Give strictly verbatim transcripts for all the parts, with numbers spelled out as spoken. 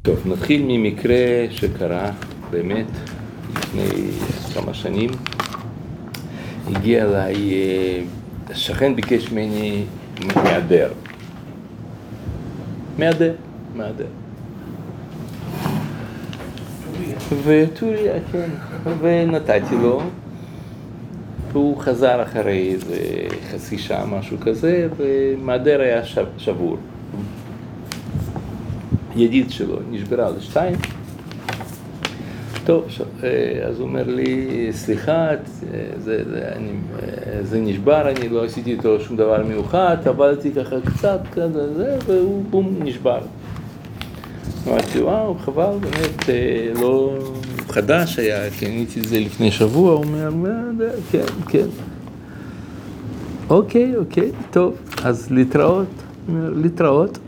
טוב, נתחיל ממקרה שקרה באמת לפני כמה שנים. הגיע אליי, שכן ביקש ממני מהדר. מהדר, מהדר. וטוריה, כן, ונתתי לו. והוא חזר אחרי איזה חצי שעה, משהו כזה, ומהדר היה שבור. ידיד שלו נשברה לשתיים. טוב, אז הוא אומר לי, סליחה, זה, זה, אני, זה נשבר, אני לא עשיתי איתו שום דבר מיוחד, עבדתי ככה קצת, כזה, והוא בום, נשבר. אמרתי, וואו, חבל, באמת, לא חדש היה, קניתי את זה לפני שבוע, הוא אומר, כן, כן. אוקיי, אוקיי, טוב, אז להתראות, להתראות.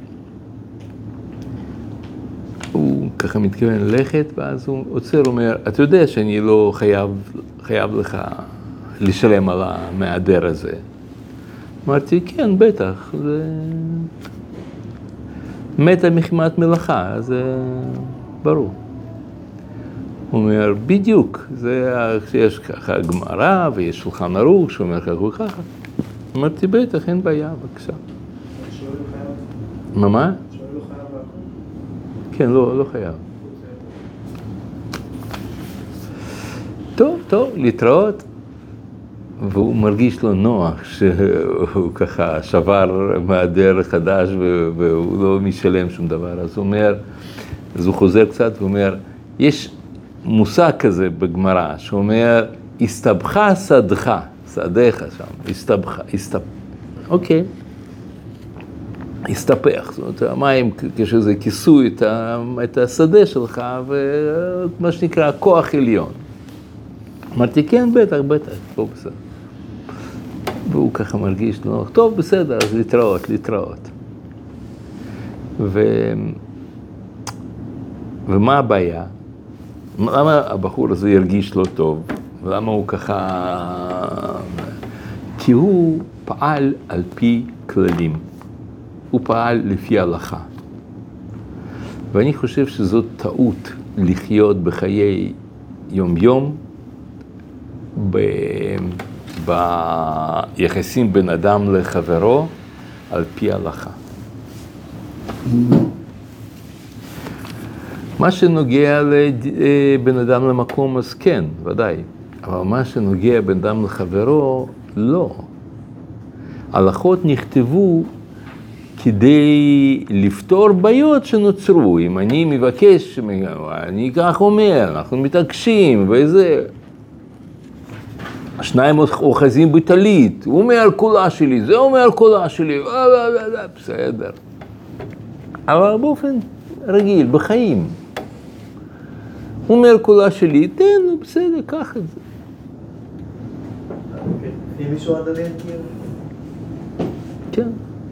הוא ככה מתכוון ללכת, ואז הוא עוצר, הוא אומר, אתה יודע שאני לא חייב, חייב לך לשלם על המהדר הזה. אמרתי, כן, בטח, זה מתה מחמת מלאכה, זה ברור. הוא אומר, בדיוק, זה יש ככה גמרא ויש שולחן ערוך, שהוא אומר ככה וככה. אמרתי, בטח, אין בעיה, בבקשה. מה מה? כן, לא, לא חייב. טוב, טוב, להתראות. והוא מרגיש לו נוח שהוא ככה שבר מהדר חדש והוא לא משלם שום דבר. אז הוא אומר, אז הוא חוזר קצת ואומר, יש מושג כזה בגמרא שאומר, הסתבכה שדך, שדך שם, הסתבכה, הסתבכה. אוקיי. הסתפח, זאת אומרת, המים כשזה כיסוי את, ה, את השדה שלך, ומה שנקרא כוח עליון. אמרתי, כן, בטח, בטח, טוב, בסדר. והוא ככה מרגיש, לא, טוב, בסדר, אז להתראות, להתראות. ו... ומה הבעיה? למה הבחור הזה ירגיש לא טוב? ולמה הוא ככה... כי הוא פעל על פי כללים. הוא פעל לפי ההלכה. ואני חושב שזאת טעות לחיות בחיי יום-יום, ב... ביחסים בין אדם לחברו, על פי ההלכה. מה שנוגע לבן אדם למקום, אז כן, ודאי. אבל מה שנוגע בין אדם לחברו, לא. ההלכות נכתבו כדי לפתור בעיות שנוצרו. אם אני מבקש, אני כך אומר, אנחנו מתעקשים, וזה... השניים אוחזים בטלית, הוא אומר קולה שלי, זה אומר קולה שלי, בסדר. אבל באופן רגיל, בחיים. הוא אומר קולה שלי, תן לו, בסדר, קח את זה. אם מישהו עד עליהם כאילו? כן.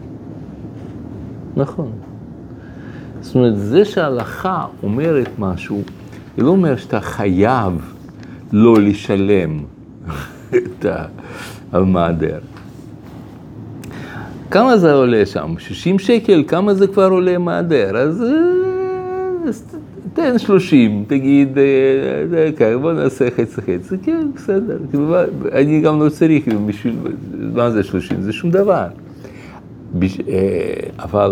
נכון. זאת אומרת, זה שההלכה אומרת משהו, היא לא אומרת שאתה חייב לא לשלם את המהדר. כמה זה עולה שם? שישים שקל? כמה זה כבר עולה מהדר? אז, אז תן שלושים, תגיד, בוא נעשה חצי חצי, כן, בסדר. אני גם לא צריך, בשביל, מה זה שלושים? זה שום דבר. אבל,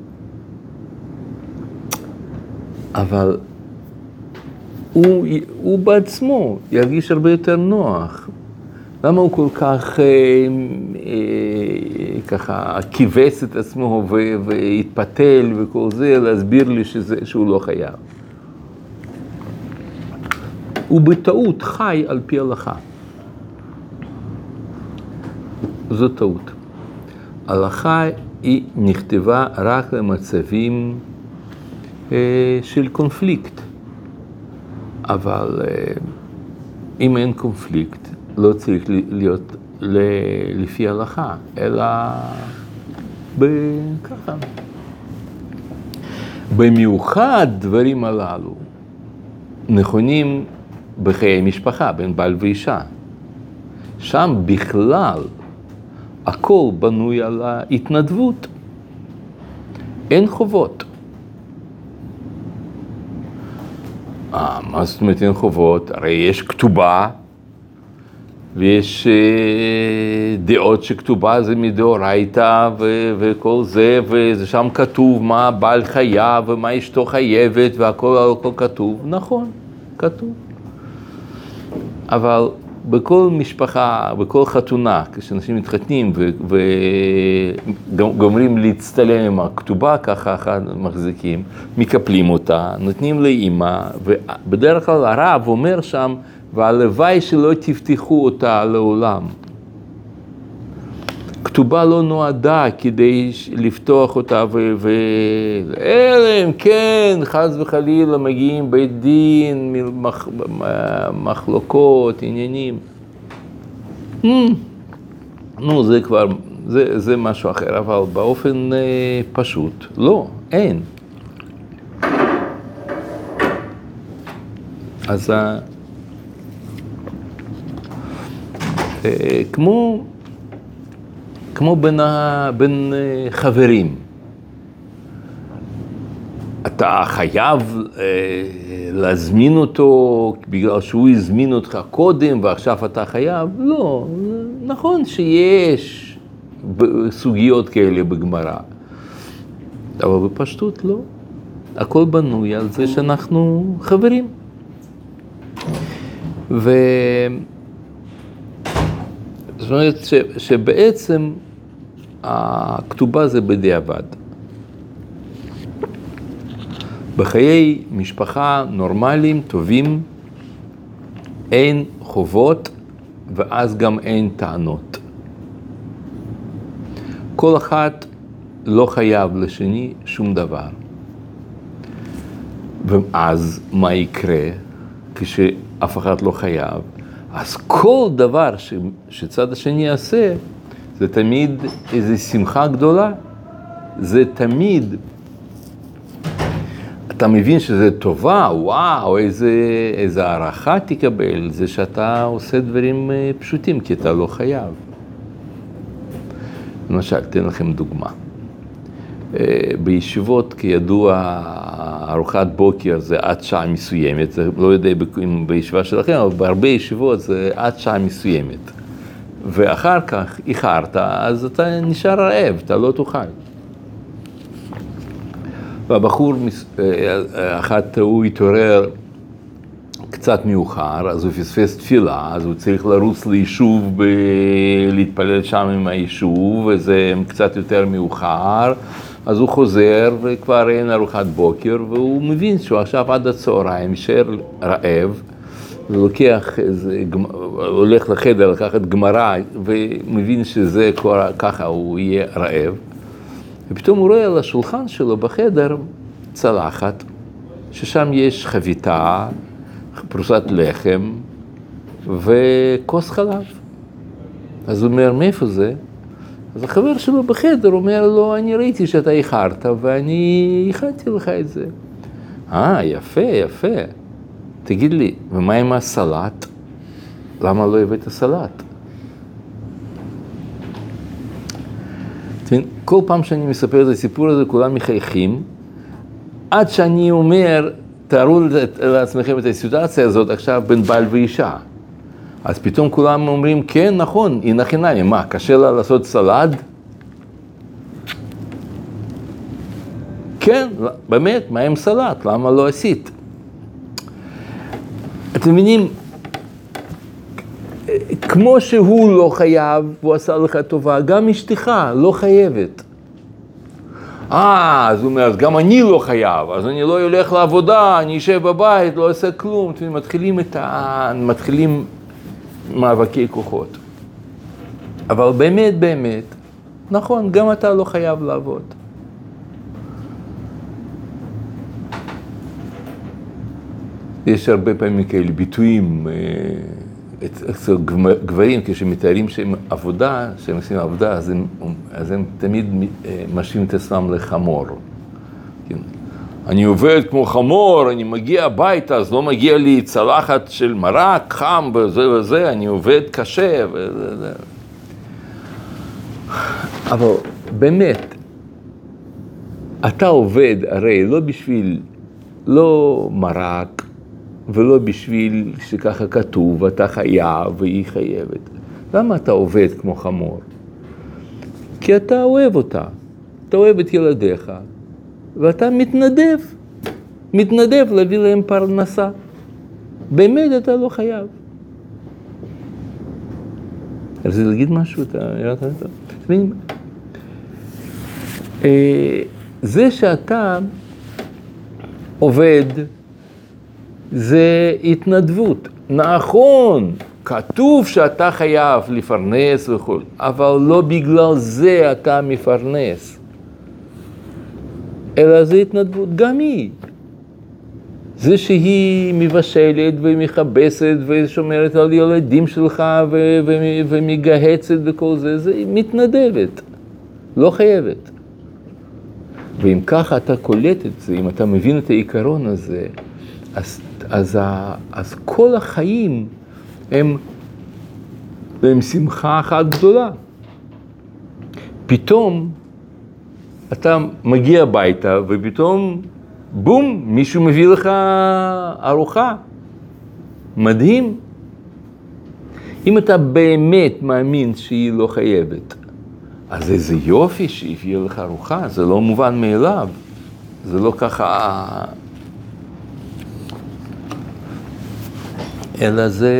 אבל הוא, הוא בעצמו ירגיש הרבה יותר נוח. למה הוא כל כך אה, אה, ככה כיווץ את עצמו ו- והתפתל וכל זה, להסביר לי שזה, שהוא לא חייב. הוא בטעות חי על פי הלכה. זו טעות. הלכה היא נכתבה רק למצבים אה, של קונפליקט. אבל אה, אם אין קונפליקט, לא צריך להיות לפי הלכה, אלא ככה. במיוחד דברים הללו נכונים בחיי משפחה, בין בעל ואישה. שם בכלל הכל בנוי על ההתנדבות. אין חובות. אה, מה זאת אומרת אין חובות? הרי יש כתובה, ויש אה, דעות שכתובה זה מדאורייתא ו- וכל זה, וזה שם כתוב מה בעל חייב ומה אשתו חייבת והכל הכל כתוב. נכון, כתוב. אבל בכל משפחה, בכל חתונה, כשאנשים מתחתנים וגומרים להצטלם עם הכתובה, ככה אחד מחזיקים, מקפלים אותה, נותנים לאמא, ובדרך כלל הרב אומר שם, והלוואי שלא תפתחו אותה לעולם. כתובה לא נועדה כדי לפתוח אותה, ואלם, כן, חס וחלילה מגיעים בית דין, מח, מחלוקות, עניינים. Mm. נו, זה כבר, זה, זה משהו אחר, אבל באופן אה, פשוט, לא, אין. אז אה, אה, כמו... כמו בין, בין חברים. אתה חייב אה, להזמין אותו בגלל שהוא הזמין אותך קודם ועכשיו אתה חייב? לא, נכון שיש סוגיות כאלה בגמרא, אבל בפשטות לא. הכל בנוי על זה שאנחנו חברים. ו... זאת אומרת ש, שבעצם הכתובה זה בדיעבד. בחיי משפחה נורמליים, טובים, אין חובות ואז גם אין טענות. כל אחת לא חייב לשני שום דבר. ואז מה יקרה כשאף אחד לא חייב? אז כל דבר ש, שצד השני יעשה, זה תמיד איזו שמחה גדולה. זה תמיד, אתה מבין שזה טובה, וואו, איזה, איזה הערכה תקבל, זה שאתה עושה דברים פשוטים, כי אתה לא חייב. למשל, תן לכם דוגמה. בישיבות, כידוע, ארוחת בוקר זה עד שעה מסוימת, זה לא יודע אם בישיבה שלכם, אבל בהרבה ישיבות זה עד שעה מסוימת. ואחר כך איחרת, אז אתה נשאר רעב, אתה לא תאכל. והבחור, אחת הוא התעורר קצת מאוחר, אז הוא פספס תפילה, אז הוא צריך לרוץ ליישוב, ב... להתפלל שם עם היישוב, וזה קצת יותר מאוחר, אז הוא חוזר וכבר אין ארוחת בוקר, והוא מבין שהוא עכשיו עד הצהריים, יישאר רעב, ולוקח איזה, הולך לחדר לקחת גמרא, ומבין שזה כבר, ככה הוא יהיה רעב, ופתאום הוא רואה על השולחן שלו בחדר צלחת, ששם יש חביתה, פרוסת לחם וכוס חלב. אז הוא אומר, מאיפה זה? אז החבר שלו בחדר אומר לו, אני ראיתי שאתה איחרת ואני איחדתי לך את זה. אה, יפה, יפה. תגיד לי, ומה עם הסלט? למה לא הבאת סלט? כל פעם שאני מספר את הסיפור הזה, כולם מחייכים, עד שאני אומר, תארו לעצמכם את הסיטואציה הזאת עכשיו בין בעל ואישה. אז פתאום כולם אומרים, כן, נכון, היא נכונה, מה, קשה לה לעשות סלט? כן, באמת, מה עם סלט? למה לא עשית? אתם מבינים, כמו שהוא לא חייב, הוא עשה לך טובה, גם אשתך לא חייבת. אה, אז הוא אומר, אז גם אני לא חייב, אז אני לא הולך לעבודה, אני אשב בבית, לא עושה כלום. אתם מתחילים את ה... מתחילים מאבקי כוחות. אבל באמת, באמת, נכון, גם אתה לא חייב לעבוד. יש הרבה פעמים כאלה ביטויים, אצל גברים, כשמתארים שהם עבודה, שהם עושים עבודה, אז הם, אז הם תמיד משווים את עצמם לחמור. כן. אני עובד כמו חמור, אני מגיע הביתה, אז לא מגיע לי צלחת של מרק, חם וזה וזה, אני עובד קשה וזה. אבל באמת, אתה עובד הרי לא בשביל, לא מרק, ולא בשביל שככה כתוב, ואתה חייב והיא חייבת. למה אתה עובד כמו חמור? כי אתה אוהב אותה, אתה אוהב את ילדיך, ואתה מתנדב, מתנדב להביא להם פרנסה. באמת אתה לא חייב. אז להגיד משהו, אתה ירדת את זה? זה שאתה עובד, זה התנדבות. נכון, כתוב שאתה חייב לפרנס וכל, אבל לא בגלל זה אתה מפרנס. אלא זה התנדבות, גם היא. זה שהיא מבשלת ומחבסת ושומרת על ילדים שלך ו- ו- ומגהצת וכל זה, זה מתנדבת, לא חייבת. ואם ככה אתה קולט את זה, אם אתה מבין את העיקרון הזה, אז, אז, אז כל החיים הם, הם שמחה אחת גדולה. פתאום אתה מגיע הביתה ופתאום בום, מישהו מביא לך ארוחה. מדהים. אם אתה באמת מאמין שהיא לא חייבת, אז איזה יופי שהביאה לך ארוחה, זה לא מובן מאליו. זה לא ככה... אלא זה...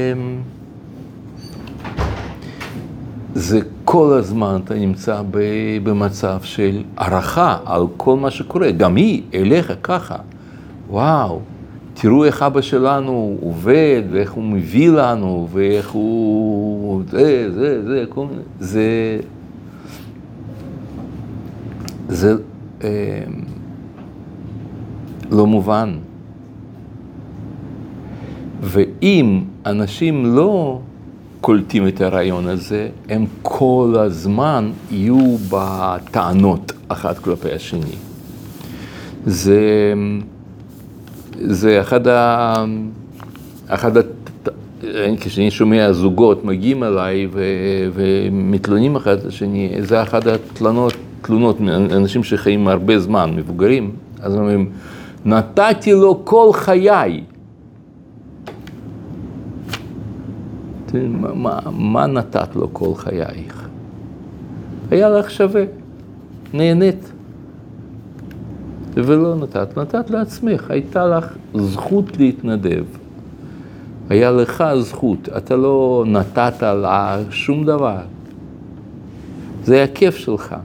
זה כל הזמן אתה נמצא במצב של הערכה על כל מה שקורה. גם היא, אליך ככה. וואו, תראו איך אבא שלנו עובד, ואיך הוא מביא לנו, ואיך הוא... זה, זה, זה, כל מיני... זה... זה אה, לא מובן. ואם אנשים לא קולטים את הרעיון הזה, הם כל הזמן יהיו בטענות אחת כלפי השני. זה, זה אחד ה... אחד ה... כשאני שומע זוגות מגיעים אליי ו... ומתלונים אחד לשני, זה אחד התלונות, תלונות מאנשים שחיים הרבה זמן, מבוגרים, אז הם אומרים, נתתי לו כל חיי. מה, מה, מה נתת לו כל חייך? היה לך שווה, נהנית. ולא נתת, נתת לעצמך, הייתה לך זכות להתנדב. היה לך זכות, אתה לא נתת לה שום דבר. זה היה כיף שלך.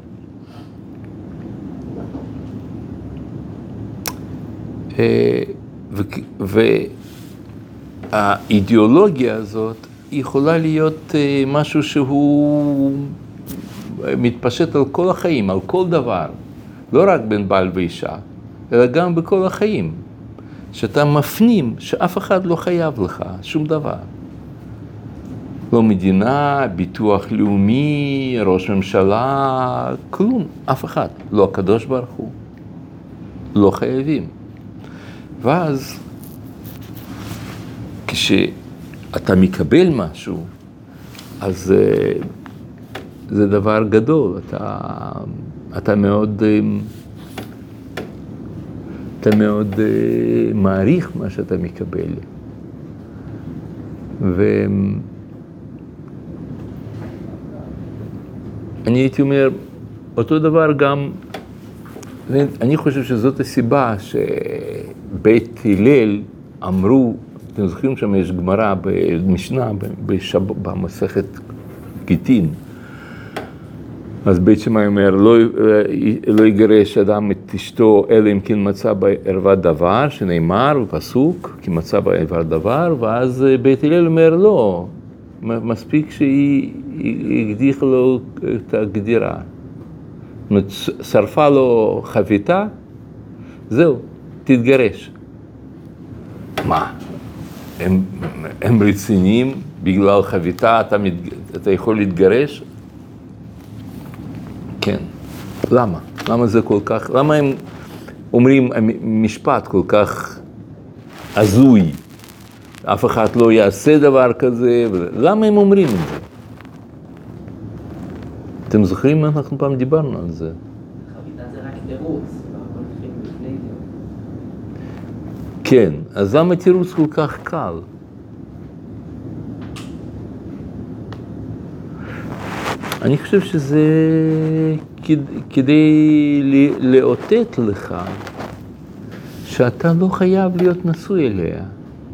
והאידיאולוגיה הזאת יכולה להיות משהו שהוא מתפשט על כל החיים, על כל דבר. לא רק בין בעל ואישה, אלא גם בכל החיים. שאתה מפנים שאף אחד לא חייב לך שום דבר. לא מדינה, ביטוח לאומי, ראש ממשלה, כלום, אף אחד. לא הקדוש ברוך הוא. לא חייבים. ואז, כשאתה מקבל משהו, אז זה דבר גדול. אתה, אתה מאוד, אתה מאוד מעריך מה שאתה מקבל. ואני הייתי אומר, אותו דבר גם, אני חושב שזאת הסיבה שבית הלל אמרו, אתם זוכרים שם יש גמרא במשנה, במסכת גיטין, אז בית שמאי אומר, לא, לא יגרש אדם את אשתו, אלא אם כן מצא בערווה דבר, שנאמר בפסוק, כי מצא בערווה דבר, ואז בית הלל אומר, לא, מספיק שהיא הקדיחה לו את הגדירה. זאת אומרת, שרפה לו חביתה, זהו, תתגרש. מה? הם, הם רציניים, בגלל חביתה אתה, מת, אתה יכול להתגרש? כן. למה? למה זה כל כך, למה הם אומרים משפט כל כך הזוי? אף אחד לא יעשה דבר כזה, למה הם אומרים את זה? אתם זוכרים? אנחנו פעם דיברנו על זה. חביתה זה רק תירוץ, והכל התחיל לפני זה. כן, אז למה תירוץ כל כך קל? אני חושב שזה כדי לאותת לך שאתה לא חייב להיות נשוי אליה.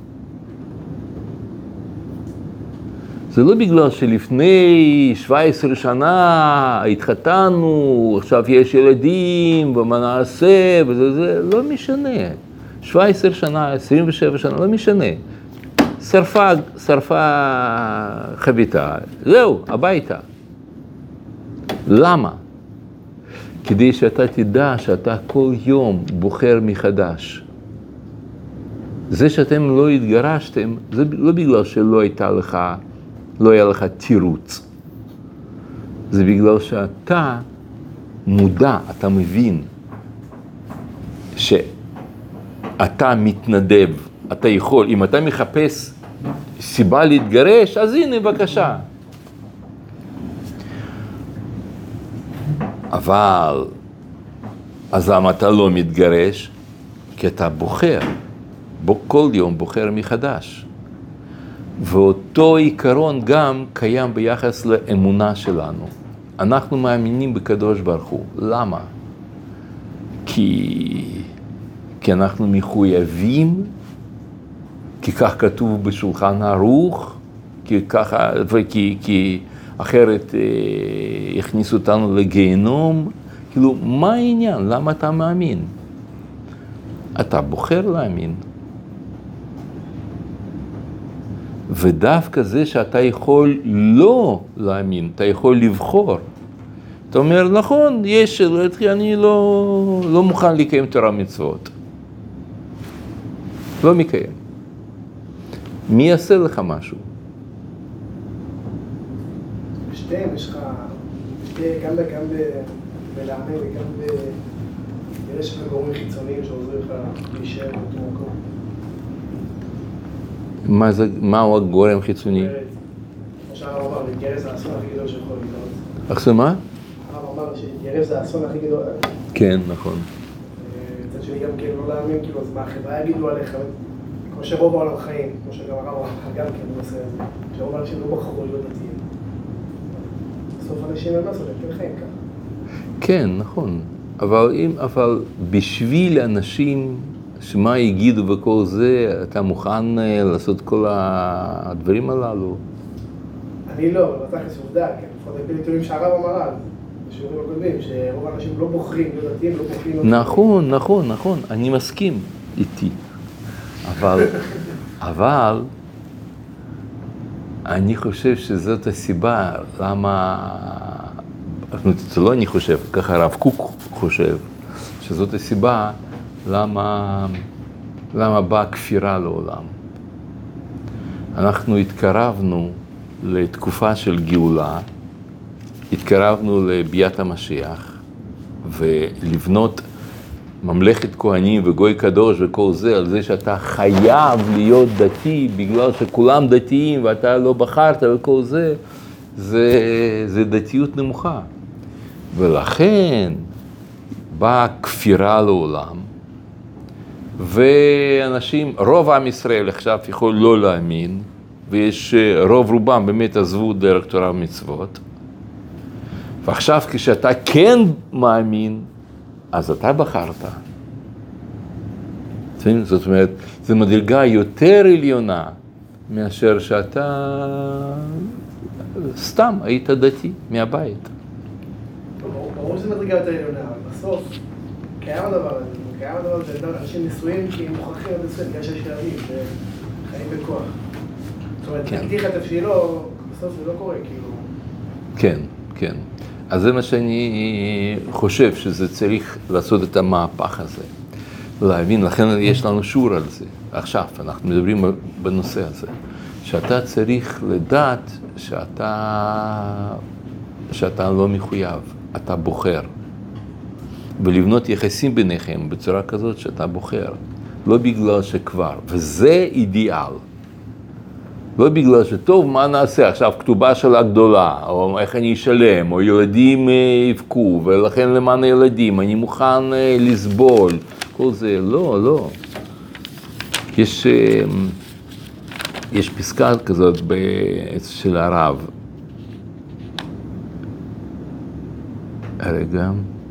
זה לא בגלל שלפני שבע עשרה שנה התחתנו, עכשיו יש ילדים ומה נעשה וזה, זה לא משנה. שבע עשרה שנה, עשרים ושבע שנה, לא משנה. שרפה, שרפה חביתה, זהו, הביתה. למה? כדי שאתה תדע שאתה כל יום בוחר מחדש. זה שאתם לא התגרשתם, זה לא בגלל שלא הייתה לך, לא היה לך תירוץ. זה בגלל שאתה מודע, אתה מבין שאתה מתנדב, אתה יכול, אם אתה מחפש סיבה להתגרש, אז הנה בבקשה. אבל, אז למה אתה לא מתגרש? כי אתה בוחר, כל יום בוחר מחדש. ואותו עיקרון גם קיים ביחס לאמונה שלנו. אנחנו מאמינים בקדוש ברוך הוא. למה? כי, כי אנחנו מחויבים, כי כך כתוב בשולחן ערוך, כי ככה, וכי, כי אחרת אה, הכניסו אותנו לגיהנום. כאילו, מה העניין? למה אתה מאמין? אתה בוחר להאמין. ודווקא זה שאתה יכול לא להאמין, אתה יכול לבחור. אתה אומר, נכון, יש, אני לא, לא מוכן לקיים תורה מצוות. לא מקיים. מי יעשה לך משהו? בשתיהם יש לך, גם בלאמן וגם יש לך גורמים חיצוניים שעוזרים לך להישאר באותו מקום. מה זה, מהו הגורם חיצוני? כמו שהרב אמר, להתגרש זה האסון הכי גדול שיכול לקרות. איך זה מה? הרב אמר שלהתגרש זה האסון הכי גדול. כן, נכון. מצד שני גם כן לא להאמין, כאילו, אז מה החברה יגידו עליך? כמו שרוב העולם חיים, כמו שגם הרב אמר, גם כן בנושא הזה, שרוב האנשים לא בחרו להיות דתיים. בסוף אנשים הם לעשות, הם כן חיים ככה. כן, נכון. אבל, אם, אבל בשביל אנשים שמה יגידו וכל זה, אתה מוכן לעשות כל הדברים הללו? אני לא, אבל בתכלס עובדה, כן, לפחות על פי נתונים שהרב אמר אז, בשיעורים הקודמים, שרוב האנשים לא בוחרים להיות דתיים, לא בוחרים... נכון, נכון, נכון, אני מסכים איתי. אבל, אבל, אני חושב שזאת הסיבה למה, זה לא אני חושב, ככה הרב קוק חושב, שזאת הסיבה למה, למה באה כפירה לעולם. אנחנו התקרבנו לתקופה של גאולה, התקרבנו לביאת המשיח, ולבנות ממלכת כהנים וגוי קדוש וכל זה, על זה שאתה חייב להיות דתי בגלל שכולם דתיים ואתה לא בחרת וכל זה, זה, זה דתיות נמוכה. ולכן באה כפירה לעולם, ואנשים, רוב עם ישראל עכשיו יכול לא להאמין, ויש רוב רובם באמת עזבו דרך תורה ומצוות, ועכשיו כשאתה כן מאמין, אז אתה בחרת. זאת אומרת, זו מדרגה יותר עליונה מאשר שאתה סתם היית דתי מהבית. ברור שזה מדרגה יותר עליונה, אבל בסוף קיים הדבר הזה. קיים הדבר הזה, אנשים נשואים כי הם מוכרחים להיות נשואים, בגלל שיש ילדים וחיים בכוח. זאת אומרת, תקדיך את תפשילו, בסוף זה לא קורה, כאילו... כן, כן. אז זה מה שאני חושב, שזה צריך לעשות את המהפך הזה. להבין, לכן יש לנו שיעור על זה. עכשיו, אנחנו מדברים בנושא הזה. שאתה צריך לדעת שאתה, שאתה לא מחויב, אתה בוחר. ולבנות יחסים ביניכם בצורה כזאת שאתה בוחר. לא בגלל שכבר, וזה אידיאל. לא בגלל שטוב, מה נעשה? עכשיו כתובה שלה גדולה, או איך אני אשלם, או ילדים יבכו, ולכן למען הילדים אני מוכן לסבול. כל זה, לא, לא. יש, יש פסקה כזאת של הרב. הרגע.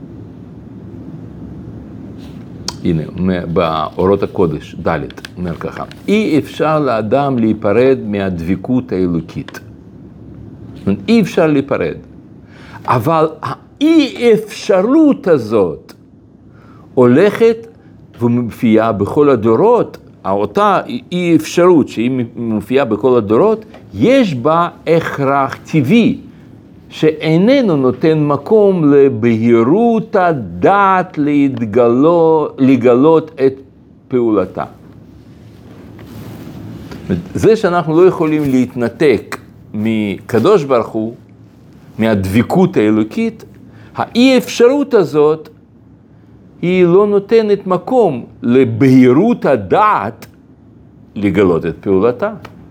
הנה, באורות הקודש, ד' אומר ככה. אי אפשר לאדם להיפרד מהדבקות האלוקית. אי אפשר להיפרד. אבל האי אפשרות הזאת הולכת ומופיעה בכל הדורות, אותה אי אפשרות שהיא מופיעה בכל הדורות, יש בה הכרח טבעי, שאיננו נותן מקום לבהירות הדעת להתגלות, לגלות את פעולתה. זה שאנחנו לא יכולים להתנתק מקדוש ברוך הוא, מהדבקות האלוקית, האי אפשרות הזאת היא לא נותנת מקום לבהירות הדעת לגלות את פעולתה.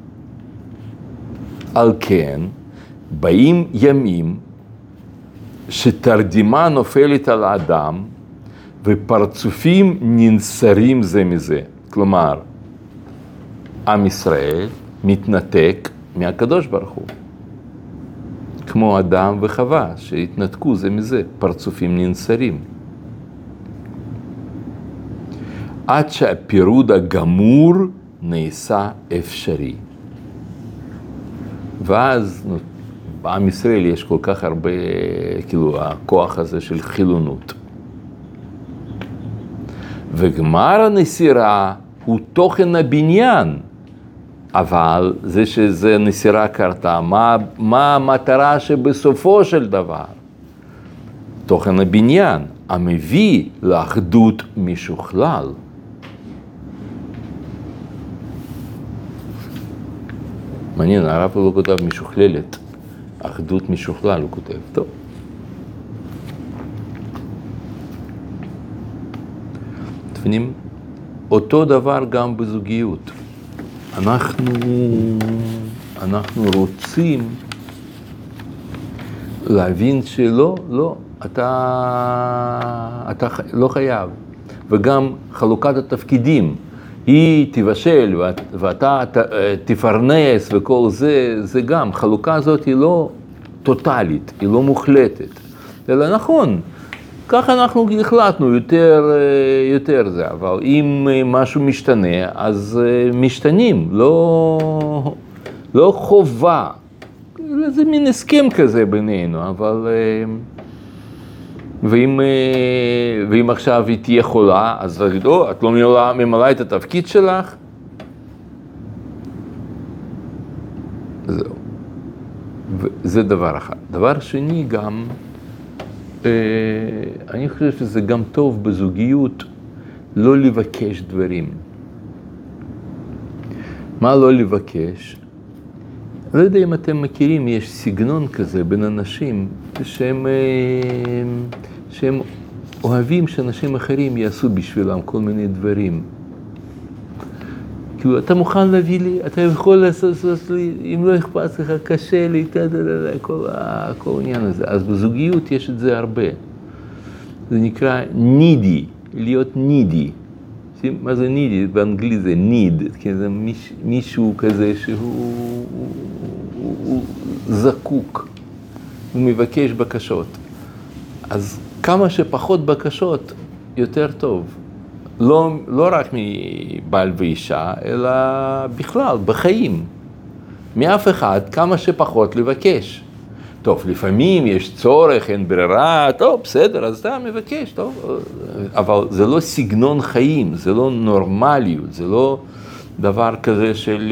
על כן, באים ימים שתרדימה נופלת על האדם ופרצופים ננסרים זה מזה. כלומר, עם ישראל מתנתק מהקדוש ברוך הוא. כמו אדם וחווה שהתנתקו זה מזה, פרצופים ננסרים. עד שהפירוד הגמור נעשה אפשרי. ואז בעם ישראל יש כל כך הרבה, כאילו, הכוח הזה של חילונות. וגמר הנסירה הוא תוכן הבניין, אבל זה שזה נסירה קרתה, מה, מה המטרה שבסופו של דבר? תוכן הבניין, המביא לאחדות משוכלל. מעניין, הרב לא כותב משוכללת, אחדות משוכלל הוא כותב, טוב. תפנים, אותו דבר גם בזוגיות. אנחנו, אנחנו רוצים להבין שלא, לא, אתה, אתה לא חייב. וגם חלוקת התפקידים, היא תבשל ואתה תפרנס וכל זה, זה גם, חלוקה הזאת היא לא טוטלית, היא לא מוחלטת. אלא נכון, ככה אנחנו החלטנו יותר, יותר זה, אבל אם משהו משתנה, אז משתנים, לא, לא חובה. זה מין הסכם כזה בינינו, אבל... ואם, ואם עכשיו היא תהיה חולה, אז תגיד, או, את לא ממלאה את התפקיד שלך? זהו. וזה דבר אחד. דבר שני גם, אני חושב שזה גם טוב בזוגיות לא לבקש דברים. מה לא לבקש? לא יודע אם אתם מכירים, יש סגנון כזה בין אנשים שהם, שהם אוהבים שאנשים אחרים יעשו בשבילם כל מיני דברים. כאילו, אתה מוכן להביא לי, אתה יכול לעשות לי, אם לא אכפת לך, קשה לי, כל, כל העניין הזה. אז בזוגיות יש את זה הרבה. זה נקרא נידי, להיות נידי. מה זה נידי? באנגלית זה ניד, זה מיש, מישהו כזה שהוא הוא, הוא, הוא זקוק, הוא מבקש בקשות. אז כמה שפחות בקשות, יותר טוב. לא, לא רק מבעל ואישה, אלא בכלל, בחיים. מאף אחד, כמה שפחות לבקש. טוב, לפעמים יש צורך, אין ברירה, טוב, בסדר, אז אתה מבקש, טוב. אבל זה לא סגנון חיים, זה לא נורמליות, זה לא דבר כזה של...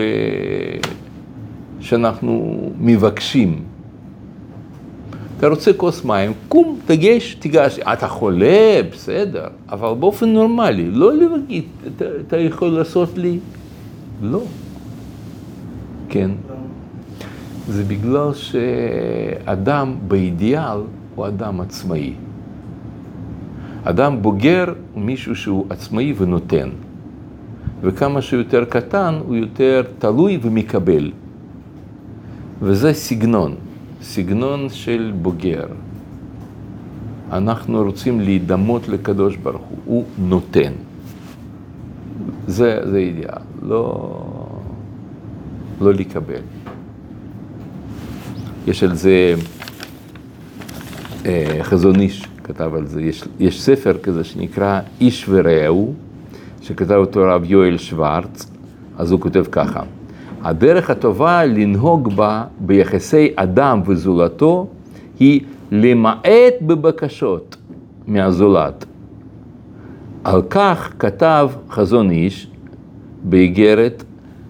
שאנחנו מבקשים. אתה רוצה כוס מים, קום, תגש, תיגש. אתה חולה, בסדר, אבל באופן נורמלי, לא להגיד, אתה, אתה יכול לעשות לי? לא. כן. זה בגלל שאדם באידיאל הוא אדם עצמאי. אדם בוגר הוא מישהו שהוא עצמאי ונותן. וכמה שיותר קטן הוא יותר תלוי ומקבל. וזה סגנון, סגנון של בוגר. אנחנו רוצים להידמות לקדוש ברוך הוא, הוא נותן. זה, זה אידיאל, לא, לא לקבל. יש על זה, אה, חזון איש כתב על זה, יש, יש ספר כזה שנקרא איש ורעהו, שכתב אותו רב יואל שוורץ, אז הוא כותב ככה, הדרך הטובה לנהוג בה ביחסי אדם וזולתו, היא למעט בבקשות מהזולת. על כך כתב חזון איש באיגרת,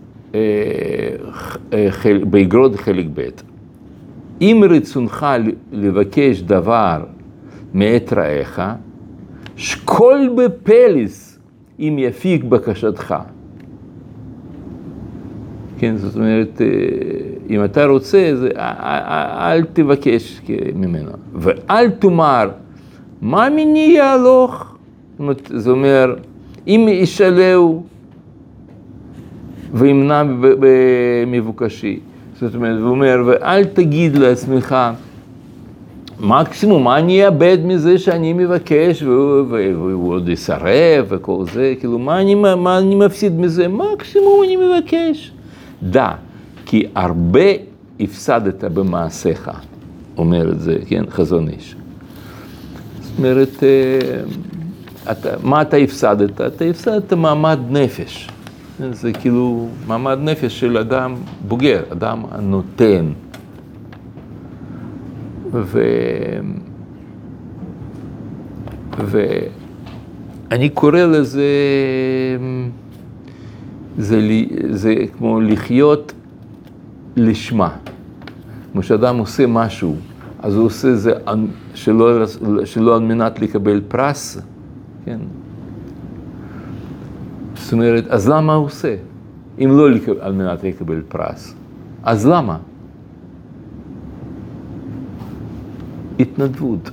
באיגרות חלק ב'. אם רצונך לבקש דבר מאת רעך, שקול בפלס אם יפיק בקשתך. כן, זאת אומרת, אם אתה רוצה, זה, אל תבקש ממנו. ואל תאמר, מה מיני יהלוך? זאת אומרת, אם ישאלהו וימנע במבוקשי. זאת אומרת, הוא אומר, ואל תגיד לעצמך, מקסימום, מה אני אאבד מזה שאני מבקש, והוא עוד יסרב וכל זה, כאילו, מה אני, מה אני מפסיד מזה? מקסימום אני מבקש. דע, כי הרבה הפסדת במעשיך, אומר את זה, כן, חזון איש. זאת אומרת, אתה, מה אתה הפסדת? אתה הפסדת מעמד נפש. זה כאילו מעמד נפש של אדם בוגר, אדם הנותן. ו... ואני קורא לזה, זה, זה כמו לחיות לשמה. כמו שאדם עושה משהו, אז הוא עושה זה שלא, שלא על מנת לקבל פרס, כן? זאת אומרת, אז למה הוא עושה? אם לא על מנת לקבל פרס, אז למה? התנדבות.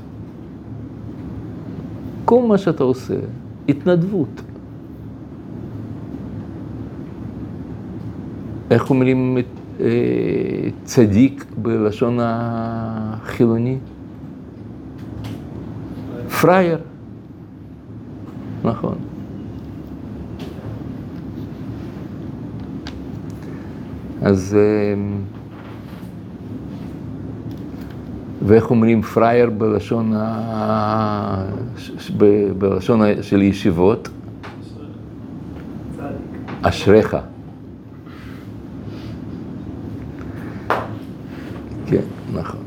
כל מה שאתה עושה, התנדבות. איך אומרים צדיק בלשון החילוני? פרייר. נכון. אז, ואיך אומרים פרייר בלשון, ה... בלשון של ישיבות? אשריך. כן, נכון.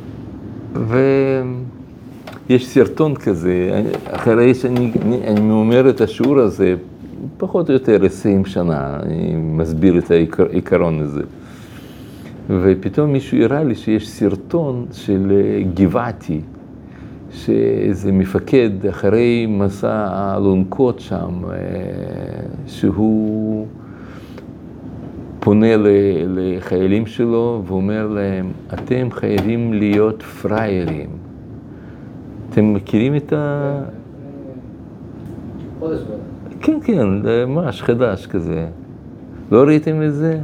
ויש סרטון כזה, אחרי שאני אני אומר את השיעור הזה, פחות או יותר עשרים שנה, אני מסביר את העיקרון הזה. ופתאום מישהו הראה לי שיש סרטון של גבעתי, שאיזה מפקד אחרי מסע האלונקות שם, שהוא פונה לחיילים שלו ואומר להם, אתם חייבים להיות פריירים. אתם מכירים את ה... חודש בעד. כן, כן, ממש חדש כזה. לא ראיתם את זה?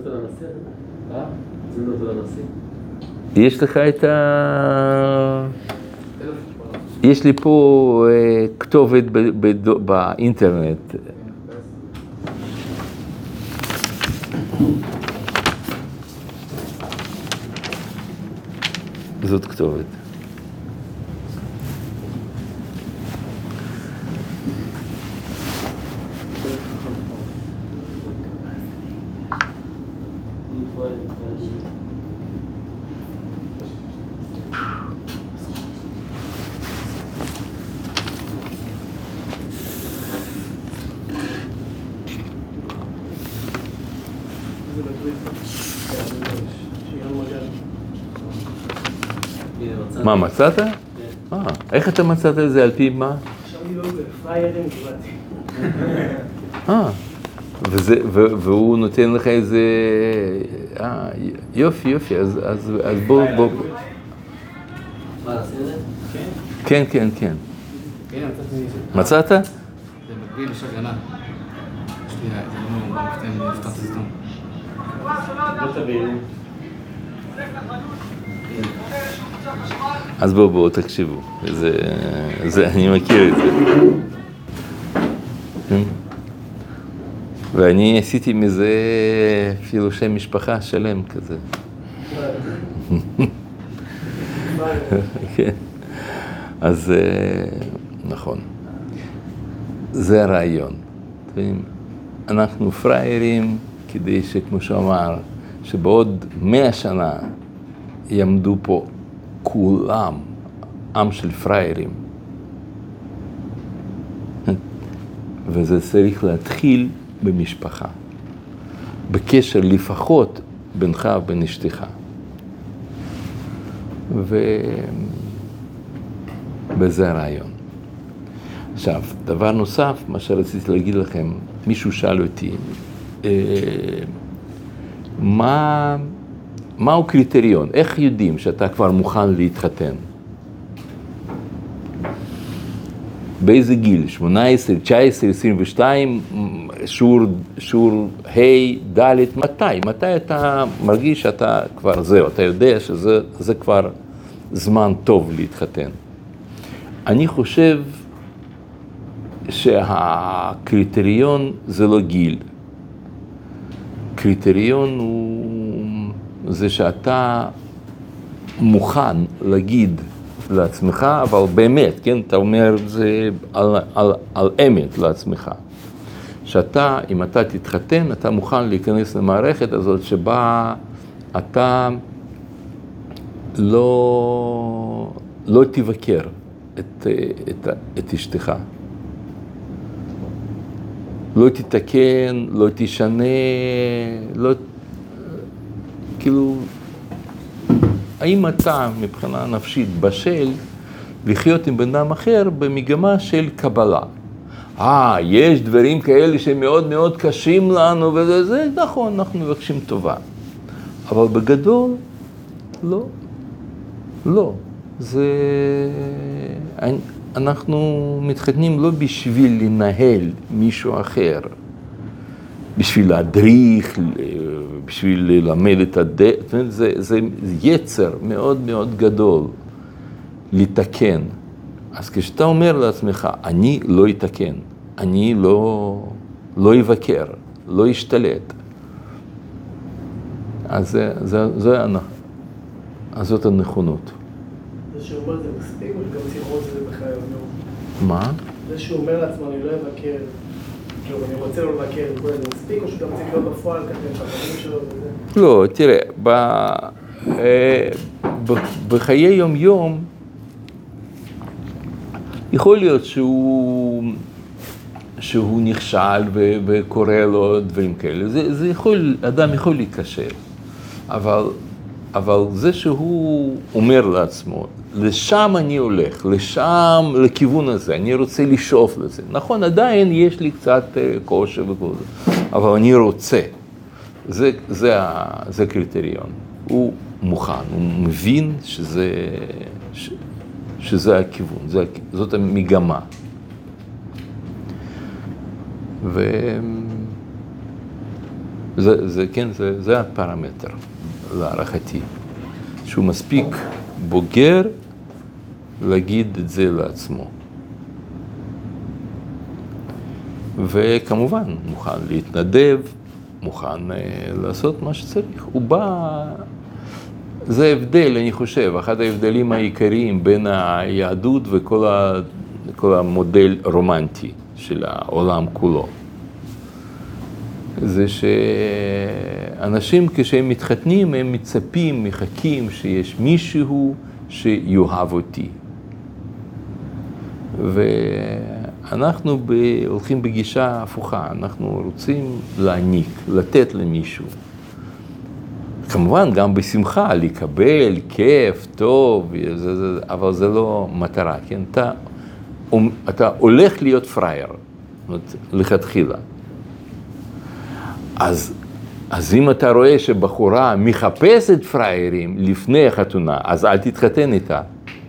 יש לך את ה... יש לי פה כתובת באינטרנט. זאת כתובת. מה, מצאת? כן. אה, איך אתה מצאת את זה? על פי מה? עכשיו אני לא יודע, פריירים גבעתי. אה, וזה, והוא נותן לך איזה... אה, יופי, יופי, אז, אז, אז בוא, בוא. מה, לעשות את זה? כן, כן, כן. כן, מצאת? זה מקביל, יש הגנה. יש לי, זה לא מפתן, לפתח את הסתום. לא תבין. אז בואו, בואו, תקשיבו. זה, זה, אני מכיר את זה. ואני עשיתי מזה אפילו שם משפחה שלם כזה. כן. אז נכון. זה הרעיון. אנחנו פריירים כדי שכמו שאמר, שבעוד מאה שנה יעמדו פה כולם, עם של פריירים. וזה צריך להתחיל במשפחה. בקשר לפחות בינך ובין אשתך. ו... וזה הרעיון. עכשיו, דבר נוסף, מה שרציתי להגיד לכם, מישהו שאל אותי, אה, מה, מהו קריטריון? איך יודעים שאתה כבר מוכן להתחתן? באיזה גיל? שמונה עשרה, תשע עשרה, עשרים ושתיים, שיעור, שיעור ה', ד', מתי? מתי אתה מרגיש שאתה כבר זהו, אתה יודע שזה זה כבר זמן טוב להתחתן. אני חושב שהקריטריון זה לא גיל. קריטריון הוא זה שאתה מוכן להגיד לעצמך, אבל באמת, כן, אתה אומר זה על, על, על אמת לעצמך. שאתה, אם אתה תתחתן, אתה מוכן להיכנס למערכת הזאת שבה אתה לא, לא תבקר את, את, את אשתך. לא תתקן, לא תשנה, לא, כאילו, האם אתה מבחינה נפשית בשל לחיות עם בן אדם אחר במגמה של קבלה? אה, יש דברים כאלה שמאוד מאוד קשים לנו וזה, זה נכון, אנחנו מבקשים טובה. אבל בגדול, לא. לא. זה... אנחנו מתחתנים לא בשביל לנהל מישהו אחר, בשביל להדריך, בשביל ללמד את הדרך, זה, זה יצר מאוד מאוד גדול לתקן. אז כשאתה אומר לעצמך, אני לא אתקן, אני לא, לא אבקר, לא אשתלט, אז, זה, זה, זה, אז זאת הנכונות. זה שאומר זה מספיק, או שגם צריך לראות את זה בחיי היום? מה? זה שהוא אומר לעצמו, אני לא אבקר, כאילו, אני רוצה לא לבקר, זה מספיק, או שגם צריך להיות בפועל ככה, חברים שלו וזה? לא, תראה, ב, ב, בחיי יום-יום, יכול להיות שהוא, שהוא נכשל ו, וקורא לו דברים כאלה. זה, זה יכול, אדם יכול להיכשל, אבל, אבל זה שהוא אומר לעצמו, לשם אני הולך, לשם, לכיוון הזה, אני רוצה לשאוף לזה. נכון, עדיין יש לי קצת קושי וכל זה, אבל אני רוצה. זה, זה, זה קריטריון. הוא מוכן, הוא מבין שזה, ש, שזה הכיוון, זה, זאת המגמה. וזה, זה, כן, זה, זה הפרמטר להערכתי, שהוא מספיק בוגר להגיד את זה לעצמו. וכמובן, מוכן להתנדב, מוכן אה, לעשות מה שצריך. הוא בא, זה הבדל, אני חושב, אחד ההבדלים העיקריים בין היהדות וכל ה, כל המודל רומנטי של העולם כולו. זה שאנשים כשהם מתחתנים, הם מצפים, מחכים שיש מישהו שיאהב אותי. ואנחנו ב... הולכים בגישה הפוכה, אנחנו רוצים להעניק, לתת למישהו. כמובן, גם בשמחה, לקבל, כיף, טוב, זה, זה, אבל זה לא מטרה, כן? אתה, אתה הולך להיות פרייר, לכתחילה. אז, אז אם אתה רואה שבחורה מחפשת פריירים לפני החתונה, אז אל תתחתן איתה.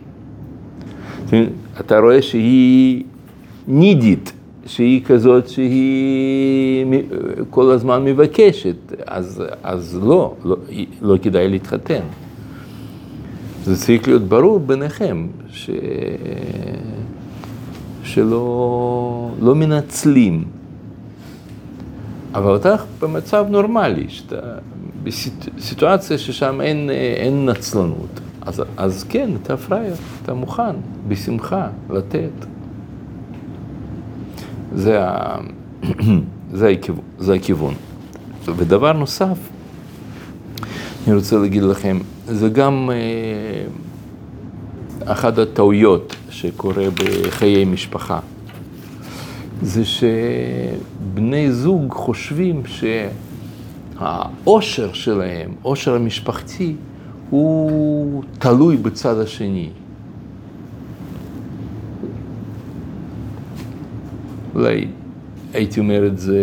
אתה רואה שהיא נידית, שהיא כזאת שהיא כל הזמן מבקשת, אז, אז לא, לא, לא כדאי להתחתן. זה צריך להיות ברור ביניכם, ש... שלא לא מנצלים אבל אתה במצב נורמלי, שאתה בסיטואציה ששם אין, אין נצלנות, אז, אז כן, אתה פרייר, אתה מוכן, בשמחה, לתת. זה, ה... זה, הכיוון, זה הכיוון. ודבר נוסף, אני רוצה להגיד לכם, זה גם אחת הטעויות שקורה בחיי משפחה. זה שבני זוג חושבים שהאושר שלהם, אושר המשפחתי, הוא תלוי בצד השני. אולי הייתי אומר את זה,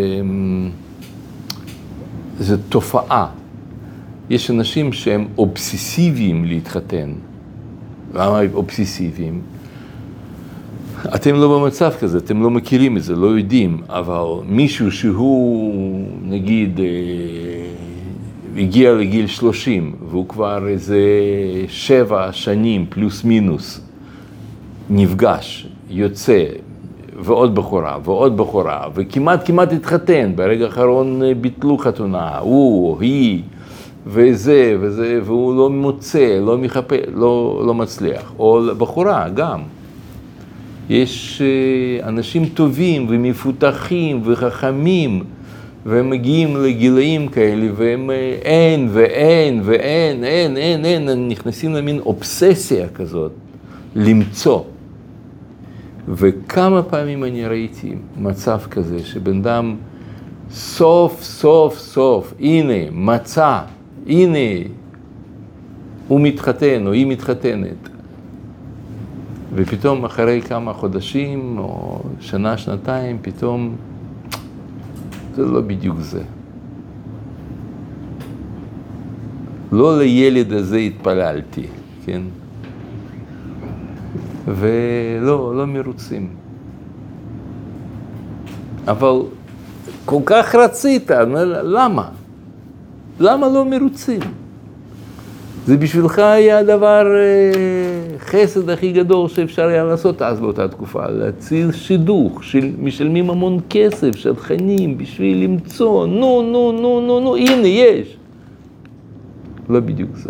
זה תופעה. יש אנשים שהם אובססיביים להתחתן. למה אובססיביים? אתם לא במצב כזה, אתם לא מכירים את זה, לא יודעים, אבל מישהו שהוא, נגיד, הגיע לגיל שלושים, והוא כבר איזה שבע שנים פלוס מינוס, נפגש, יוצא, ועוד בחורה, ועוד בחורה, וכמעט כמעט התחתן, ברגע האחרון ביטלו חתונה, הוא, היא, וזה, וזה, והוא לא מוצא, לא מחפה, לא, לא מצליח, או בחורה גם. יש אנשים טובים ומפותחים וחכמים, והם מגיעים לגילאים כאלה, והם אין ואין ואין, אין, אין, אין, הם נכנסים למין אובססיה כזאת, למצוא. וכמה פעמים אני ראיתי מצב כזה, שבן אדם סוף, סוף, סוף, הנה, מצא, הנה, הוא מתחתן או היא מתחתנת. ופתאום אחרי כמה חודשים או שנה, שנתיים, פתאום זה לא בדיוק זה. לא לילד הזה התפללתי, כן? ולא, לא מרוצים. אבל כל כך רצית, למה? למה לא מרוצים? זה בשבילך היה הדבר, חסד הכי גדול שאפשר היה לעשות אז באותה תקופה, להציל שידוך, של, משלמים המון כסף, שטחנים, בשביל למצוא, נו, נו, נו, נו, נו, הנה, יש. לא בדיוק זה.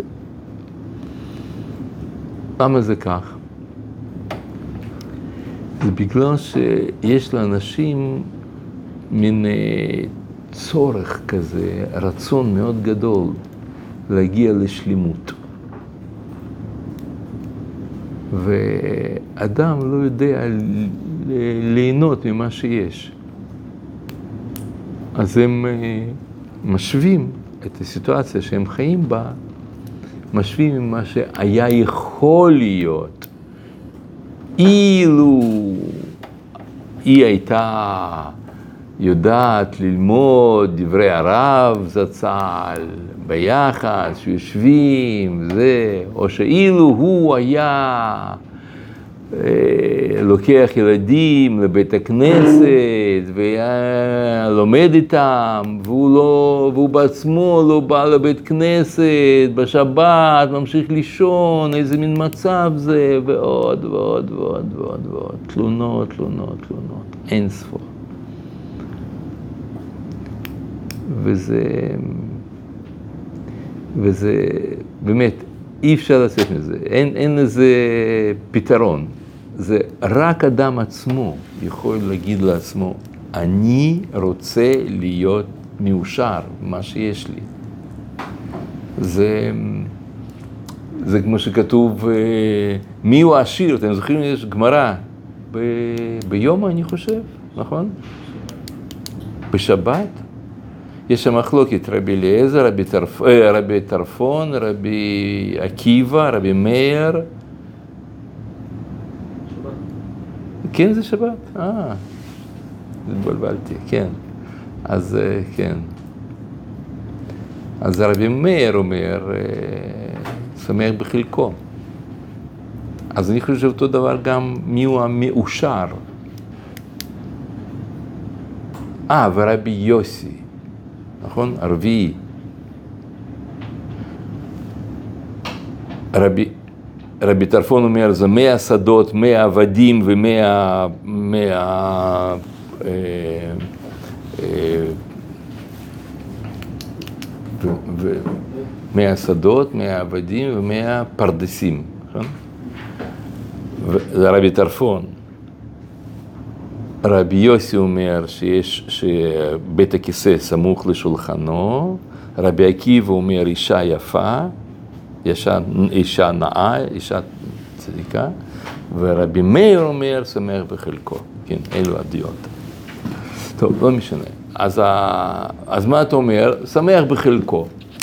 למה זה כך? זה בגלל שיש לאנשים מין צורך כזה, רצון מאוד גדול, להגיע לשלימות. ואדם לא יודע ליהנות ממה שיש. אז הם משווים את הסיטואציה שהם חיים בה, משווים עם מה שהיה יכול להיות. אילו היא הייתה יודעת ללמוד דברי הרב זצ"ל ביחד, שיושבים, זה, או שאילו הוא היה אה, לוקח ילדים לבית הכנסת והיה לומד איתם, והוא, לא, והוא בעצמו לא בא לבית כנסת, בשבת ממשיך לישון, איזה מין מצב זה, ועוד ועוד ועוד ועוד ועוד, תלונות, תלונות, תלונות, אין ספור. וזה, וזה באמת, אי אפשר לצאת מזה, אין, אין לזה פתרון. זה רק אדם עצמו יכול להגיד לעצמו, אני רוצה להיות מאושר, מה שיש לי. זה, זה כמו שכתוב, מי הוא העשיר? אתם זוכרים, יש גמרא, ב, ביום אני חושב, נכון? בשבת? יש שם מחלוקת, רבי אליעזר, רבי, טרפ... רבי טרפון, רבי עקיבא, רבי מאיר. שבת. כן, זה שבת? אה, התבלבלתי, כן. אז כן. אז רבי מאיר אומר, שמח בחלקו. אז אני חושב אותו דבר גם מי הוא המאושר. אה, ורבי יוסי. נכון? הרביעי. רבי, רבי טרפון אומר, זה מאה שדות, מאה עבדים ומאה, מאה, אה, אה, מהשדות, מהעבדים ומהפרדסים, נכון? זה רבי טרפון. רבי יוסי אומר שיש, שבית הכיסא סמוך לשולחנו, רבי עקיבא אומר אישה יפה, אישה, אישה נאה, אישה צדיקה, ורבי מאיר אומר שמח בחלקו. כן, אלו הדעות. טוב, לא משנה. אז, אז מה אתה אומר? שמח בחלקו.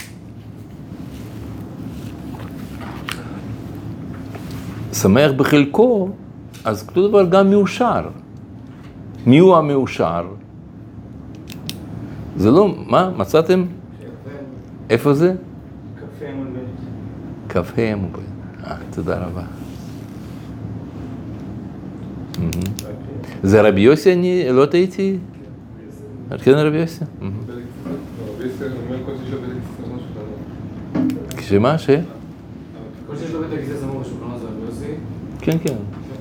שמח בחלקו, אז אותו דבר גם מאושר. מי הוא המאושר? זה לא, מה? מצאתם? איפה זה? קפה עמוד ב'. קפה עמוד ב'. אה, תודה רבה. זה רבי יוסי, אני לא טעיתי? כן, רבי יוסי? רבי יוסי אומר כל שיש לו בית הכיסא סמוך לשולחנו. כשמה? ש? כל שיש לו בית הכיסא סמוך לשולחנו זה רבי יוסי? כן, כן.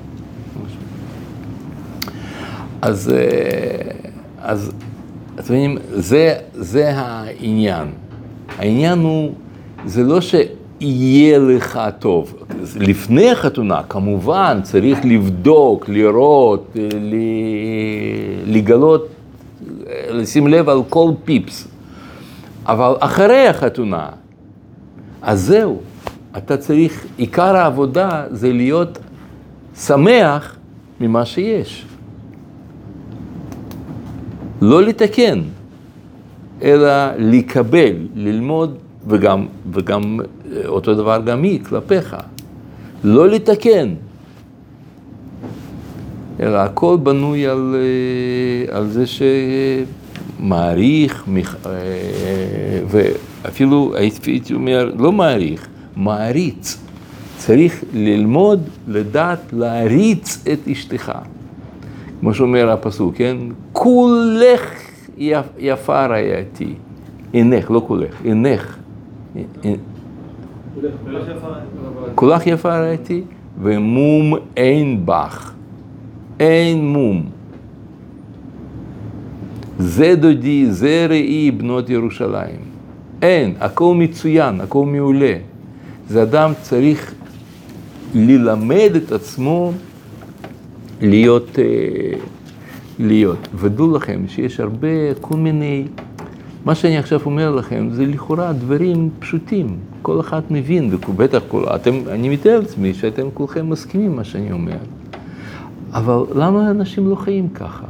אז, אז, אתם יודעים, זה, זה העניין. העניין הוא, זה לא שיהיה לך טוב. לפני החתונה, כמובן, צריך לבדוק, לראות, לגלות, לשים לב על כל פיפס. אבל אחרי החתונה, אז זהו. אתה צריך, עיקר העבודה זה להיות שמח ממה שיש. לא לתקן, אלא לקבל, ללמוד, וגם, וגם אותו דבר גם היא, כלפיך. לא לתקן, אלא הכל בנוי על, על זה שמעריך, ואפילו הייתי אומר, לא מעריך, מעריץ. צריך ללמוד, לדעת, להריץ את אשתך. כמו שאומר הפסוק, כן? כולך יפה רעייתי. עינך, לא כולך, עינך. כולך יפה רעייתי, ומום אין בך. אין מום. זה דודי, זה ראי בנות ירושלים. אין, הכל מצוין, הכל מעולה. זה אדם צריך ללמד את עצמו להיות, להיות. ודעו לכם שיש הרבה, כל מיני, מה שאני עכשיו אומר לכם, זה לכאורה דברים פשוטים. כל אחד מבין, ובטח כל, אתם, אני מתאר לעצמי שאתם כולכם מסכימים מה שאני אומר. אבל למה אנשים לא חיים ככה?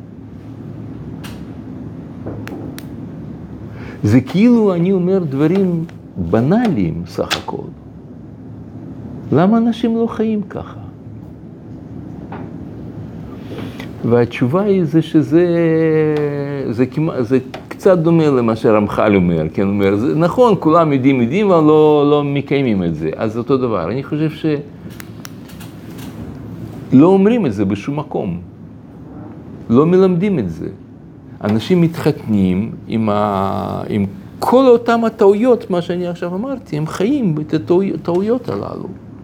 זה כאילו אני אומר דברים בנאליים סך הכל. למה אנשים לא חיים ככה? והתשובה היא זה שזה זה, זה קצת דומה למה שהרמח"ל אומר, כן, אומר, זה נכון, כולם יודעים, יודעים, אבל לא, לא מקיימים את זה, אז זה אותו דבר. אני חושב שלא אומרים את זה בשום מקום, לא מלמדים את זה. אנשים מתחתנים עם, ה... עם כל אותם הטעויות, מה שאני עכשיו אמרתי, הם חיים את הטעויות הללו.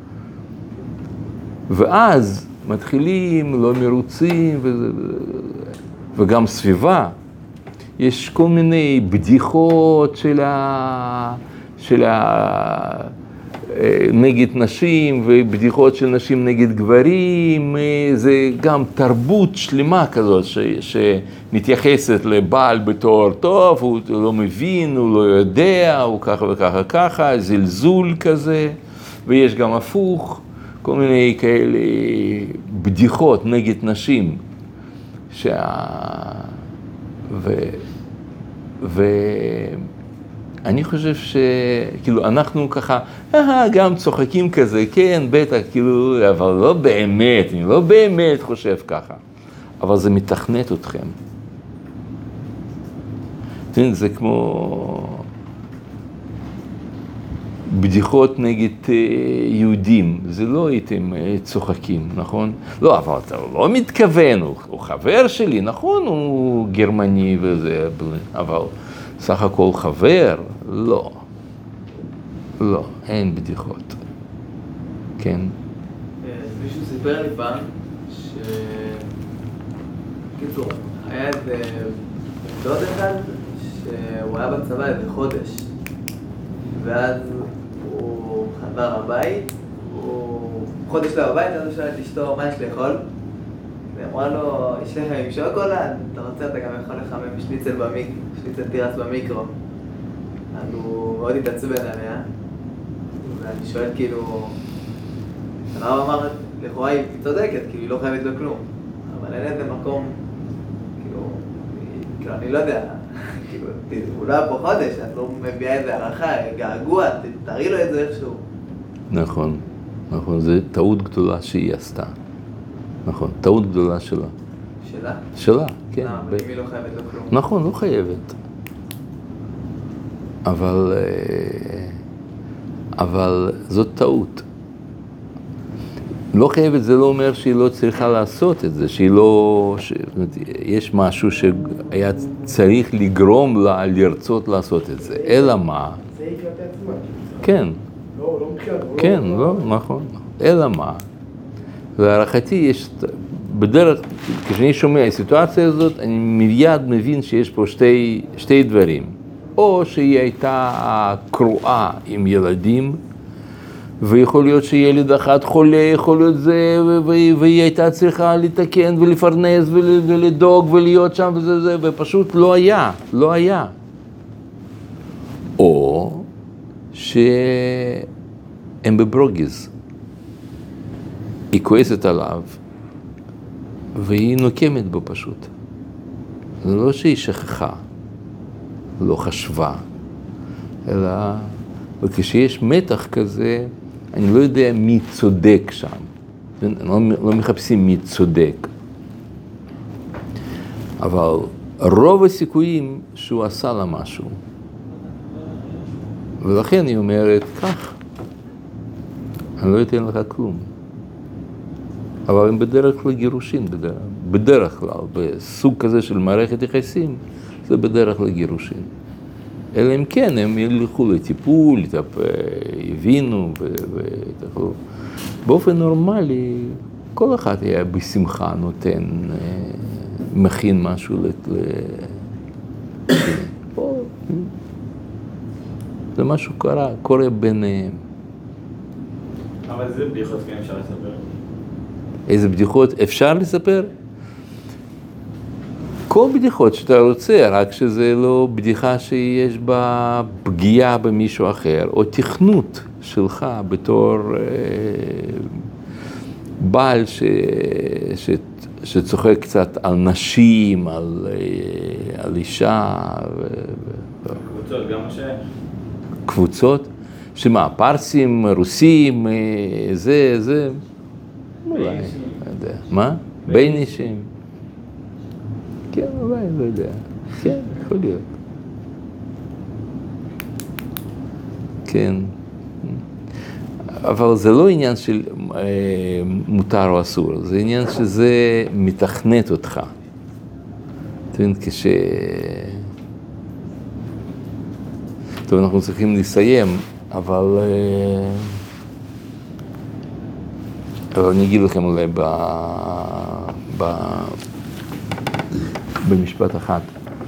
ואז מתחילים, לא מרוצים, ו... וגם סביבה. יש כל מיני בדיחות של ה... של ה... נגד נשים, ובדיחות של נשים נגד גברים. זה גם תרבות שלמה כזאת, ש... שמתייחסת לבעל בתור טוב, הוא לא מבין, הוא לא יודע, הוא ככה וככה ככה, זלזול כזה, ויש גם הפוך. כל מיני כאלה בדיחות נגד נשים, שה... ו... ואני חושב שכאילו אנחנו ככה, אה, גם צוחקים כזה, כן, בטח, כאילו, אבל לא באמת, אני לא באמת חושב ככה. אבל זה מתכנת אתכם. זה כמו בדיחות נגד יהודים, זה לא הייתם צוחקים, נכון? לא, אבל אתה לא מתכוון, הוא, הוא חבר שלי, נכון, הוא גרמני וזה, אבל סך הכל חבר, לא. לא, אין בדיחות. כן? מישהו סיפר לי פעם, ש... קיצור, היה איזה דוד אחד, שהוא היה בצבא איזה חודש, ואז הוא חזר הבית, הוא חודש לא בבית, אז הוא שאל את אשתו מה יש לאכול, ואמרה לו, יש לך עם שוקולד? אתה רוצה, אתה גם יכול לחמם שניצל במיק, שניצל תירס במיקרו. אז הוא מאוד התעצבן עליה, ואני שואל כאילו, הרב אמר, לכאורה היא צודקת, כאילו היא לא חייבת לו כלום, אבל אין איזה מקום, כאילו, כאילו אני לא יודע, כאילו, הוא לא היה פה חודש, את לא מביאה איזה הערכה, געגוע, תראי לו את זה איכשהו. נכון, נכון, זו טעות גדולה שהיא עשתה. נכון, טעות גדולה שלה. שלה? שלה, כן. לא, אבל אם היא לא חייבת לו כלום. נכון, לא חייבת. אבל, אבל זאת טעות. לא חייבת, זה לא אומר שהיא לא צריכה לעשות את זה, שהיא לא... ש... יש משהו שהיה צריך לגרום לה לרצות לעשות את זה. אלא מה? זה היא כלפי עצמה. כן. לא, לא מבחינת. כן, לא, נכון. אלא מה? להערכתי יש... בדרך, כשאני שומע הסיטואציה הזאת, אני מיד מבין שיש פה שתי, שתי דברים. או שהיא הייתה קרועה עם ילדים, ויכול להיות שילד אחד חולה, יכול להיות זה, והיא הייתה צריכה לתקן ולפרנס ולדאוג ולהיות שם וזה זה, ופשוט לא היה, לא היה. או שהם בברוגז. היא כועסת עליו, והיא נוקמת בו פשוט. זה לא שהיא שכחה, לא חשבה, אלא, וכשיש מתח כזה, אני לא יודע מי צודק שם. לא, לא מחפשים מי צודק. אבל רוב הסיכויים שהוא עשה לה משהו. ולכן היא אומרת, כך, אני לא אתן לך כלום. אבל הם בדרך כלל גירושין, בדרך, בדרך כלל, בסוג כזה של מערכת יחסים, זה בדרך כלל גירושין. אלא אם כן, הם ילכו לטיפול, הבינו והתאכלו. באופן נורמלי, כל אחד היה בשמחה נותן, מכין משהו ל... פה, זה משהו קרה, קורה ביניהם. אבל איזה בדיחות כן אפשר לספר? איזה בדיחות אפשר לספר? כל בדיחות שאתה רוצה, רק שזה לא בדיחה שיש בה פגיעה במישהו אחר, או תכנות שלך בתור אה, בעל ש, ש, שצוחק קצת על נשים, על, אה, על אישה. ו, ו, קבוצות, גם ש... קבוצות? שמה, פרסים, רוסים, אה, זה, זה? אולי, לא יודע. מה? בין אישים. כן, אולי, לא יודע. כן, יכול להיות. כן. אבל זה לא עניין של אה, מותר או אסור, זה עניין שזה מתכנת אותך. אתה מבין, כש... טוב, אנחנו צריכים לסיים, אבל... אה, אבל אני אגיד לכם אולי ב... ב... במשפט אחד.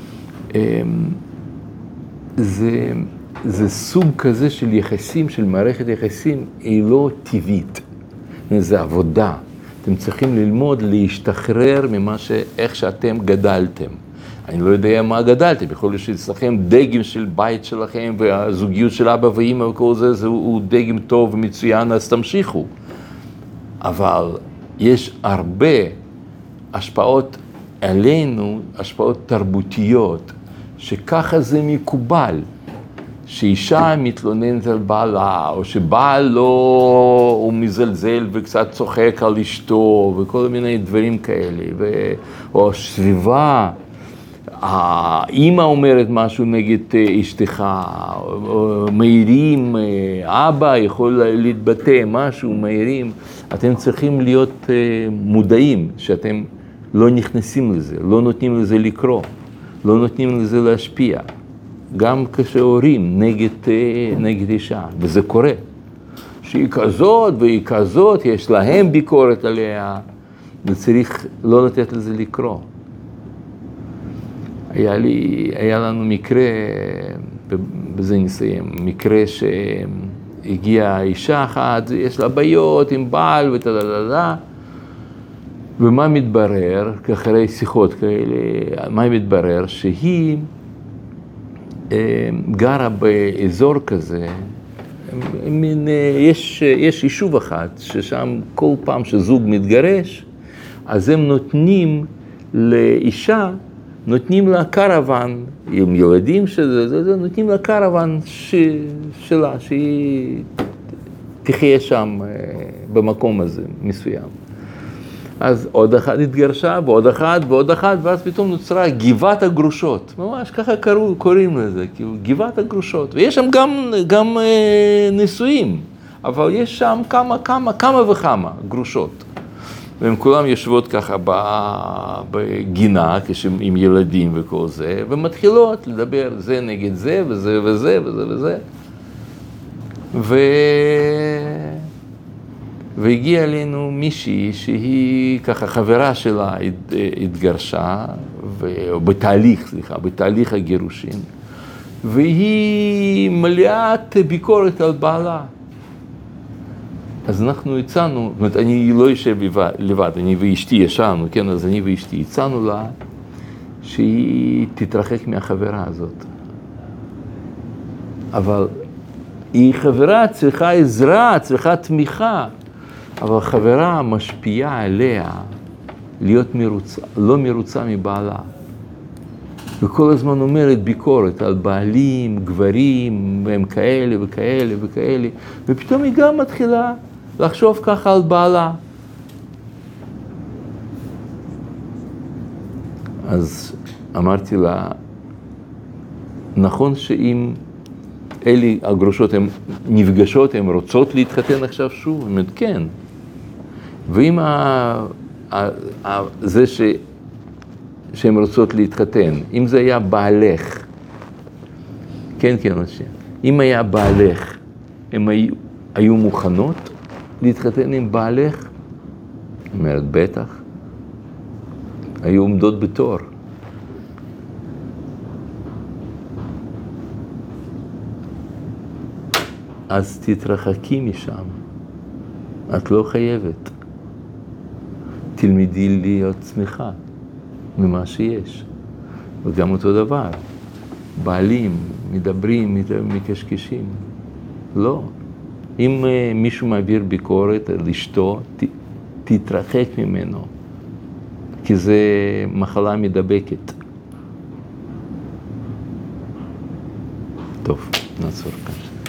זה, זה סוג כזה של יחסים, של מערכת יחסים, היא לא טבעית. זה עבודה. אתם צריכים ללמוד להשתחרר ממה ש... איך שאתם גדלתם. אני לא יודע מה גדלתם, יכול להיות שאצלכם דגם של בית שלכם, והזוגיות של אבא ואמא וכל זה, זה הוא דגם טוב ומצוין, אז תמשיכו. אבל יש הרבה השפעות עלינו, השפעות תרבותיות, שככה זה מקובל, שאישה מתלוננת על בעלה, או שבעל לא, הוא מזלזל וקצת צוחק על אשתו, וכל מיני דברים כאלה, ו... או סביבה, האמא אומרת משהו נגד אשתך, מהירים, אבא יכול להתבטא משהו, מהירים, אתם צריכים להיות מודעים שאתם לא נכנסים לזה, לא נותנים לזה לקרוא, לא נותנים לזה להשפיע, גם כשהורים נגד, נגד אישה, וזה קורה. שהיא כזאת והיא כזאת, יש להם ביקורת עליה, וצריך לא לתת לזה לקרוא. היה לי, היה לנו מקרה, בזה נסיים, מקרה שהגיעה אישה אחת, יש לה בעיות עם בעל ותדדדה, ומה מתברר, אחרי שיחות כאלה, מה מתברר? שהיא גרה באזור כזה, מין, יש, יש יישוב אחד, ששם כל פעם שזוג מתגרש, אז הם נותנים לאישה, נותנים לה קרוון, עם ילדים שזה, זה, זה, נותנים לה קרוון ש, שלה, שהיא תחיה שם במקום הזה מסוים. אז עוד אחת התגרשה, ועוד אחת, ועוד אחת, ואז פתאום נוצרה גבעת הגרושות. ממש ככה קראו, קוראים לזה, כאילו גבעת הגרושות. ויש שם גם, גם אה, נישואים, אבל יש שם כמה, כמה, כמה וכמה גרושות. והן כולם יושבות ככה בגינה, עם ילדים וכל זה, ומתחילות לדבר זה נגד זה, וזה וזה וזה וזה. ו... והגיעה אלינו מישהי שהיא ככה חברה שלה התגרשה, בתהליך, סליחה, בתהליך הגירושין, והיא מלאת ביקורת על בעלה. אז אנחנו הצענו, זאת אומרת, אני לא יושב לבד, אני ואשתי ישנו, כן, אז אני ואשתי הצענו לה שהיא תתרחק מהחברה הזאת. אבל היא חברה, צריכה עזרה, צריכה תמיכה, אבל חברה משפיעה עליה להיות מרוצה, לא מרוצה מבעלה. וכל הזמן אומרת ביקורת על בעלים, גברים, והם כאלה וכאלה וכאלה, ופתאום היא גם מתחילה לחשוב ככה על בעלה. אז אמרתי לה, נכון שאם אלה הגרושות הן נפגשות, הן רוצות להתחתן עכשיו שוב? היא אומרת, כן. ואם ה... ה... ה... זה ש... שהן רוצות להתחתן, אם זה היה בעלך, כן, כן, משה, אם היה בעלך, הן היו, היו מוכנות להתחתן עם בעלך? היא אומרת, בטח. היו עומדות בתור. אז תתרחקי משם. את לא חייבת. תלמדי להיות שמחה ממה שיש. וגם אותו דבר. בעלים, מדברים, מקשקשים. לא. אם מישהו מעביר ביקורת על אשתו, תתרחק ממנו. כי זה מחלה מדבקת. טוב, נעצור כאן.